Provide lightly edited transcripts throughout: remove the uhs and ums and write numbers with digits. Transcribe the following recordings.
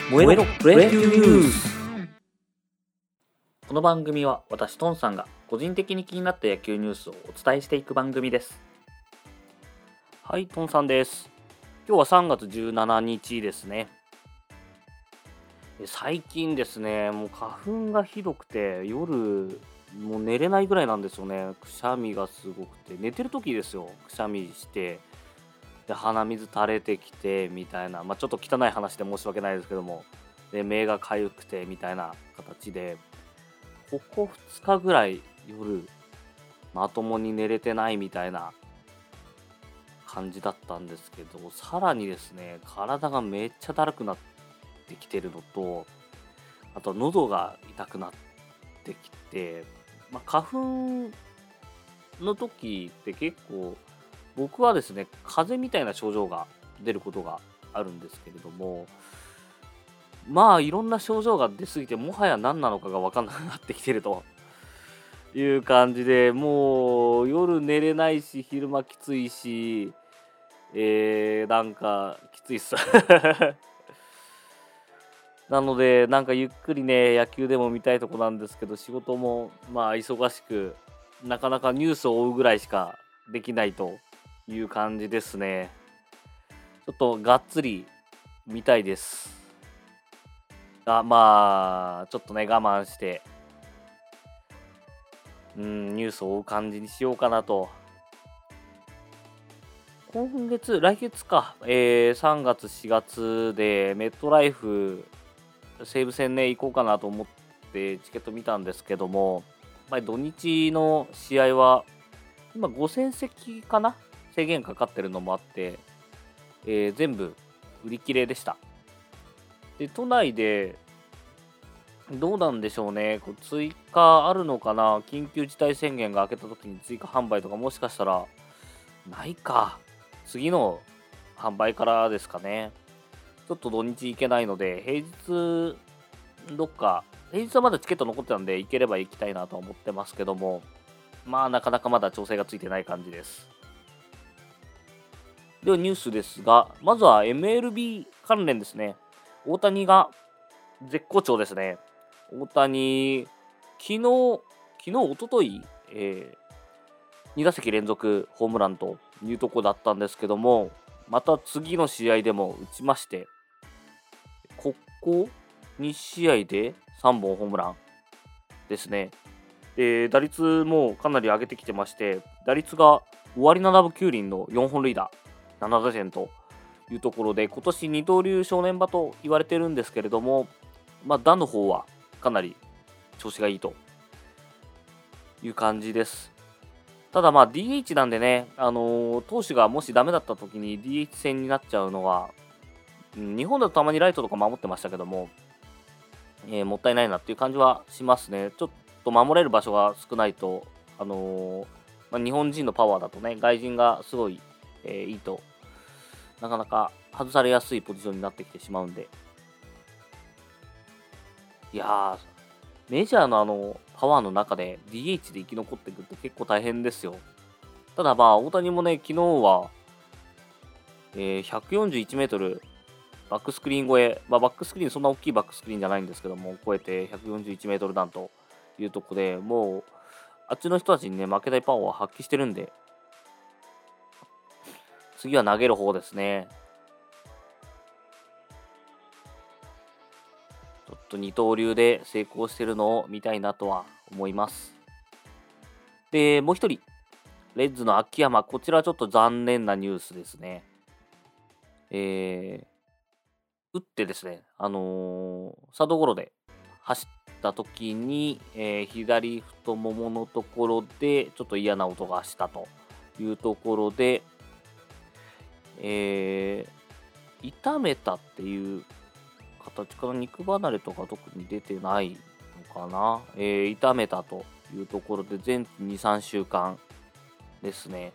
燃えろプロ野球ニュース。この番組は私トンさんが個人的に気になった野球ニュースをお伝えしていく番組です。はい、トンさんです。今日は3月17日ですね。最近ですね、もう花粉がひどくて夜もう寝れないぐらいなんですよね。くしゃみがすごくて、寝てる時ですよ、くしゃみしてで鼻水垂れてきてみたいな、ちょっと汚い話で申し訳ないですけども、で目がかゆくてみたいな形で、ここ2日ぐらい夜まともに寝れてないみたいな感じだったんですけど、さらにですね、体がめっちゃだるくなってきてるのと、あと喉が痛くなってきて、花粉の時って結構僕はですね、風邪みたいな症状が出ることがあるんですけれども、いろんな症状が出すぎて、もはや何なのかが分かんなくなってきてるという感じで、もう夜寝れないし、昼間きついし、なんかきついっす。なので、なんかゆっくりね、野球でも見たいとこなんですけど、仕事も忙しく、なかなかニュースを追うぐらいしかできないという感じですね。ちょっとがっつり見たいです。ちょっとね、我慢して、ニュースを追う感じにしようかなと。来月か、3月、4月でメットライフ西武戦ね、行こうかなと思ってチケット見たんですけども、土日の試合は、今5000席かな制限かかってるのもあって、全部売り切れでした。で、都内でどうなんでしょうね。追加あるのかな。緊急事態宣言が明けた時に追加販売とかもしかしたらないか。次の販売からですかね。ちょっと土日行けないので、平日はまだチケット残ってたんで行ければ行きたいなとは思ってますけども、なかなかまだ調整がついてない感じです。ではニュースですが、まずは MLB 関連ですね。大谷が絶好調ですね。大谷、昨日、一昨日、2打席連続ホームランというところだったんですけども、また次の試合でも打ちまして、ここ2試合で3本ホームランですね。打率もかなり上げてきてまして、打率が5割7分9厘の4本塁打、7打点というところで、今年二刀流正念場と言われてるんですけれども、打の方はかなり調子がいいという感じです。ただDH なんでね、投手がもしダメだった時に DH 戦になっちゃうのは、日本だとたまにライトとか守ってましたけども、もったいないなっていう感じはしますね。ちょっと守れる場所が少ないと、日本人のパワーだとね、外人がすごい、いいと、なかなか外されやすいポジションになってきてしまうんで、いやー、メジャーのパワーの中で DH で生き残っていくって結構大変ですよ。ただ大谷もね、昨日は、141メートルバックスクリーン超え、バックスクリーンそんな大きいバックスクリーンじゃないんですけども、超えて141メートル弾というところで、もう、あっちの人たちにね、負けないパワーを発揮してるんで、次は投げる方ですね。ちょっと二刀流で成功してるのを見たいなとは思います。で、もう一人、レッズの秋山、こちらちょっと残念なニュースですね。打ってですね、サードゴロで走った時に、左太もものところでちょっと嫌な音がしたというところで、痛めたっていう形から肉離れとか特に出てないのかな、痛めたというところで全治2、3週間ですね。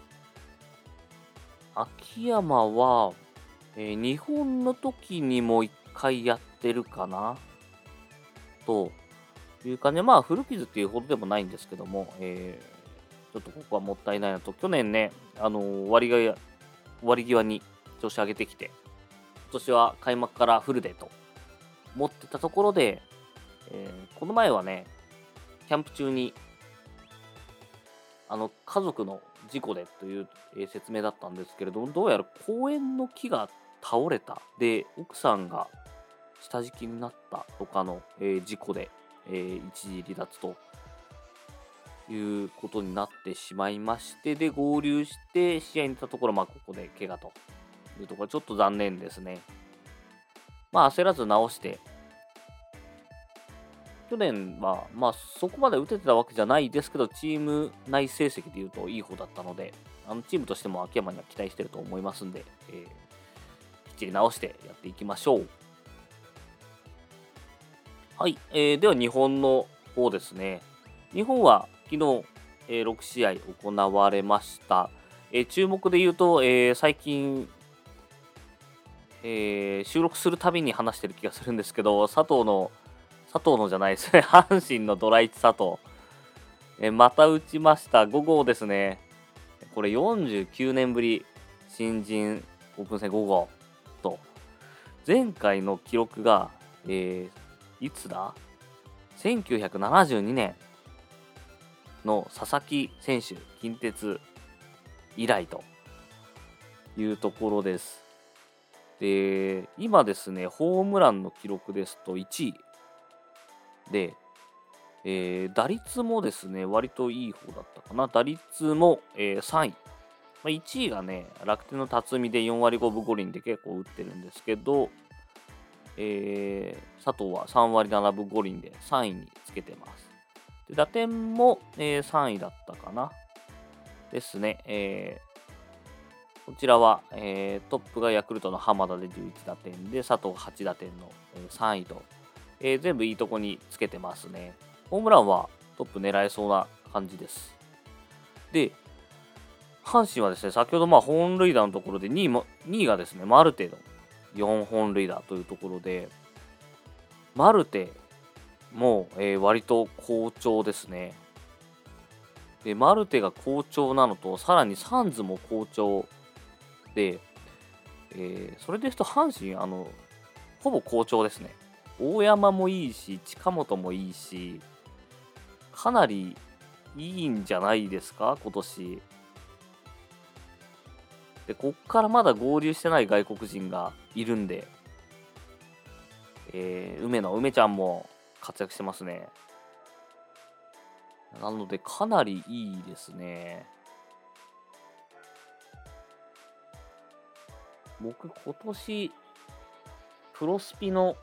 秋山は、日本の時にも1回やってるかなという感じで、古傷っていうほどでもないんですけども、ちょっとここはもったいないなと。去年ね、終わり際に調子上げてきて、今年は開幕からフルでと持ってたところで、この前はね、キャンプ中に家族の事故でという、説明だったんですけれども、どうやら公園の木が倒れた。で、奥さんが下敷きになったとかの、事故で、一時離脱ということになってしまいまして、で、合流して試合に行ったところ、ここで怪我というところ、ちょっと残念ですね。焦らず直して、去年は、そこまで打ててたわけじゃないですけど、チーム内成績でいうといい方だったので、チームとしても秋山には期待してると思いますんで、きっちり直してやっていきましょう。はい、では日本の方ですね。日本は昨日、6試合行われました。注目で言うと、最近、収録するたびに話してる気がするんですけど、佐藤のじゃないですね、阪神のドラ1佐藤、また打ちました、5号ですね。これ49年ぶり、新人オープン戦5号と、前回の記録が、いつだ ?1972 年の佐々木選手、近鉄以来というところです。で、今ですね、ホームランの記録ですと1位で、打率もですね、割といい方だったかな。打率も、3位。1位がね、楽天の辰巳で4割5分5厘で結構打ってるんですけど、佐藤は3割7分5厘で3位につけてます。で打点も、3位だったかな。ですね。こちらは、トップがヤクルトの浜田で11打点で、佐藤8打点の、3位と、全部いいとこにつけてますね。ホームランはトップ狙えそうな感じです。で、阪神はですね、先ほど本塁打のところで2位がですね、マルテの4本塁打というところで、マルテも、割と好調ですね。で、マルテが好調なのと、さらにサンズも好調で、それで言うと阪神、ほぼ好調ですね。大山もいいし、近本もいいし、かなりいいんじゃないですか、今年。で、こっからまだ合流してない外国人がいるんで、梅ちゃんも活躍してますね。なので、かなりいいですね。僕、今年、プロスピの、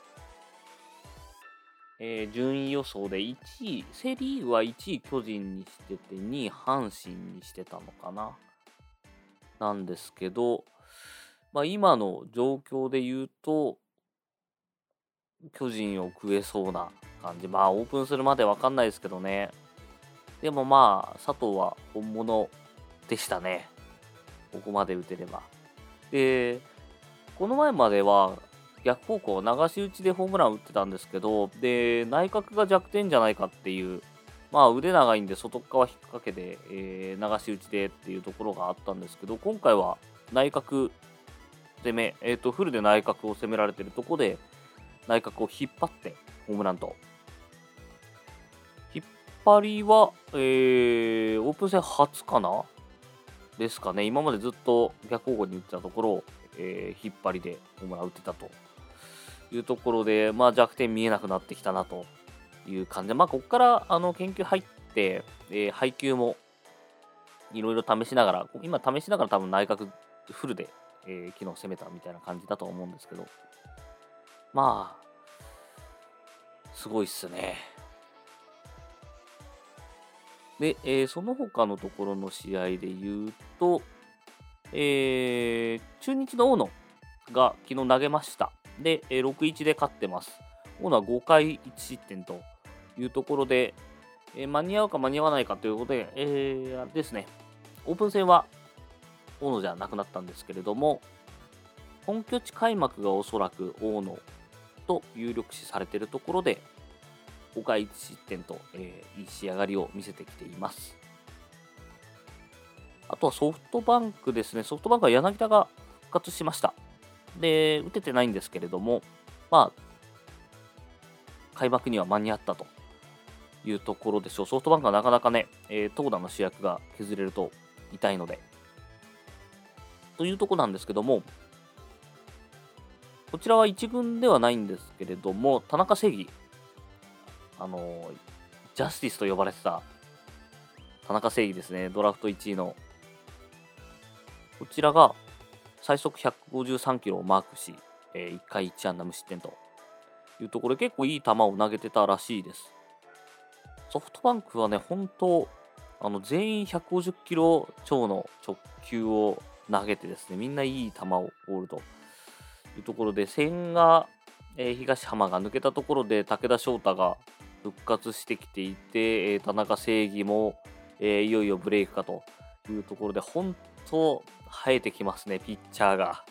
順位予想で1位、セ・リーグは1位巨人にしてて、2位阪神にしてたのかな。なんですけど、今の状況で言うと、巨人を食えそうな感じ。オープンするまでわかんないですけどね。でも佐藤は本物でしたね。ここまで打てれば。で、この前までは逆方向流し打ちでホームラン打ってたんですけど、で、内角が弱点じゃないかっていう、腕長いんで外側引っ掛けで、流し打ちでっていうところがあったんですけど、今回は内角攻め、フルで内角を攻められてるとこで、内角を引っ張ってホームランと。引っ張りは、オープン戦初かなですかね。今までずっと逆方向に打ってたところを、引っ張りでホームラン打ってたというところで、弱点見えなくなってきたなという感じで、ここから研究入って、配球もいろいろ試しながら、今試しながら多分内角フルで、昨日攻めたみたいな感じだと思うんですけど、すごいっすね。で、その他のところの試合で言うと、中日の大野が昨日投げました。で、6-1で勝ってます。大野は5回1失点というところで、間に合うか間に合わないかということで、あれですね、オープン戦は大野じゃなくなったんですけれども、本拠地開幕がおそらく大野と有力視されているところで、5回1失点と、いい仕上がりを見せてきています。あとはソフトバンクですね。ソフトバンクは柳田が復活しました。で、打ててないんですけれども、 開幕には間に合ったというところでしょう。ソフトバンクはなかなかね、投打の主役が削れると痛いので。というところなんですけども、こちらは1軍ではないんですけれども、田中正義、ジャスティスと呼ばれてた田中正義ですね、ドラフト1位の。こちらが最速153キロをマークし、1回1安打無失点というところで結構いい球を投げてたらしいです。ソフトバンクはね、本当全員150キロ超の直球を投げてですね、みんないい球を放るというところで、千賀、東浜が抜けたところで武田翔太が復活してきていて、田中正義も、いよいよブレイクかというところで、本当生えてきますね、ピッチャーが。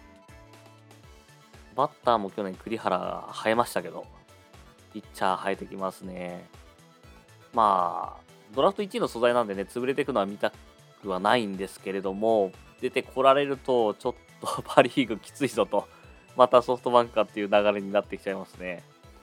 バッターも去年栗原が生えましたけど、ピッチャー生えてきますね。まあ、ドラフト1位の素材なんでね、潰れていくのは見たくはないんですけれども、出てこられると、ちょっとパ・リーグきついぞと、またソフトバンクかっていう流れになってきちゃいますね。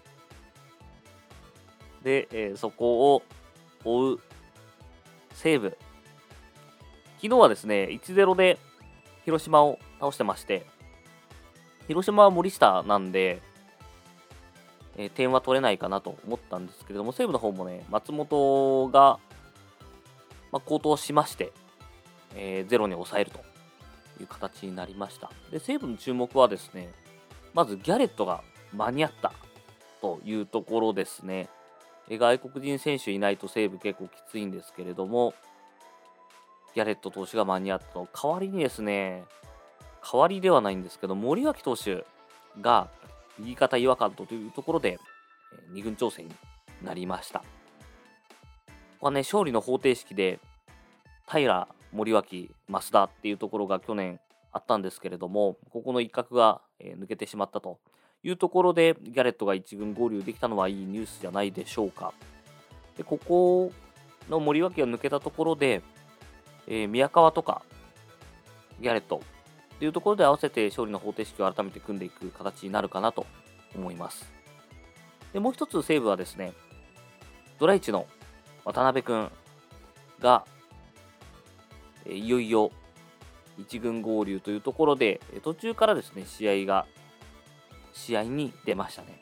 で、そこを追う西武。昨日はですね、1-0で広島を倒してまして、広島は森下なんで、点は取れないかなと思ったんですけれども、西武の方もね、松本が、好投しまして、ゼロに抑えるという形になりました。で、西武の注目はですね、まずギャレットが間に合ったというところですね。外国人選手いないと西武結構きついんですけれども、ギャレット投手が間に合ったと。代わりにですね、代わりではないんですけど、森脇投手が右肩違和感というところで、2軍調整になりました。ここはね、勝利の方程式で、平、森脇、増田っていうところが去年あったんですけれども、ここの一角が、抜けてしまったというところで、ギャレットが1軍合流できたのはいいニュースじゃないでしょうか。で、ここの森脇が抜けたところで、宮川とかギャレットっていうところで合わせて勝利の方程式を改めて組んでいく形になるかなと思います。で、もう一つ西武はですね、ドライチの渡辺君が、いよいよ1軍合流というところで、途中からですね、試合に出ましたね。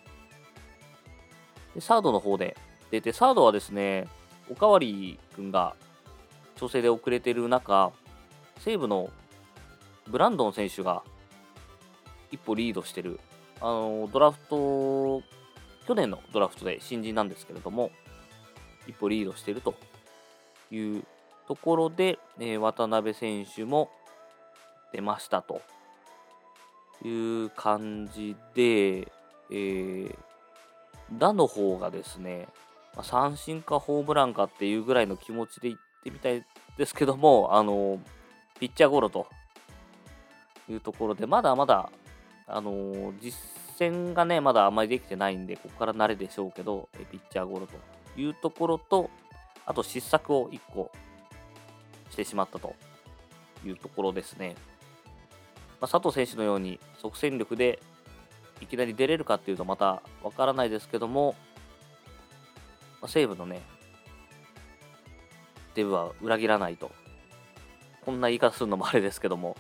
で、サードの方で出て、サードはですね、おかわり君が調整で遅れている中、西武のブランドン選手が一歩リードしてる、ドラフト、去年のドラフトで新人なんですけれども、一歩リードしているというところで、渡辺選手も出ましたという感じで、打の方がですね、三振かホームランかっていうぐらいの気持ちで言ってみたいですけども、ピッチャーゴロというところで、まだまだ、実戦がね、まだあまりできてないんで、ここから慣れでしょうけど、ピッチャーゴロというところと、あと失策を1個してしまったというところですね。佐藤選手のように即戦力でいきなり出れるかっていうとまたわからないですけども、西武のね、デブは裏切らないと。こんな言い方するのもあれですけども、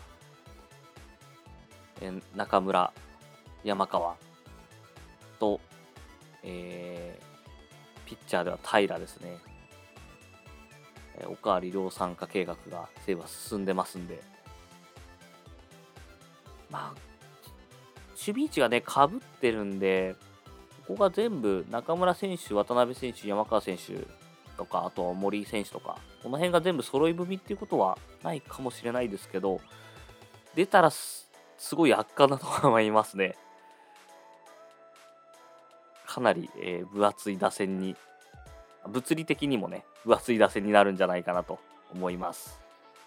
中村、山川と、ピッチャーでは平ですね。おかわり量産化計画が西武は進んでますんで、守備位置がね、かぶってるんで、ここが全部中村選手、渡辺選手、山川選手とか、あとは森選手とか、この辺が全部揃い踏みっていうことはないかもしれないですけど、出たらすごい圧巻だと思いますね。かなり、分厚い打線に、物理的にもね、分厚い打線になるんじゃないかなと思います。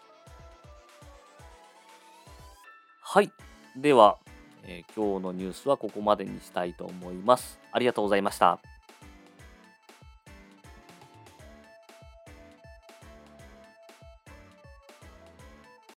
はい。では、今日のニュースはここまでにしたいと思います。ありがとうございました。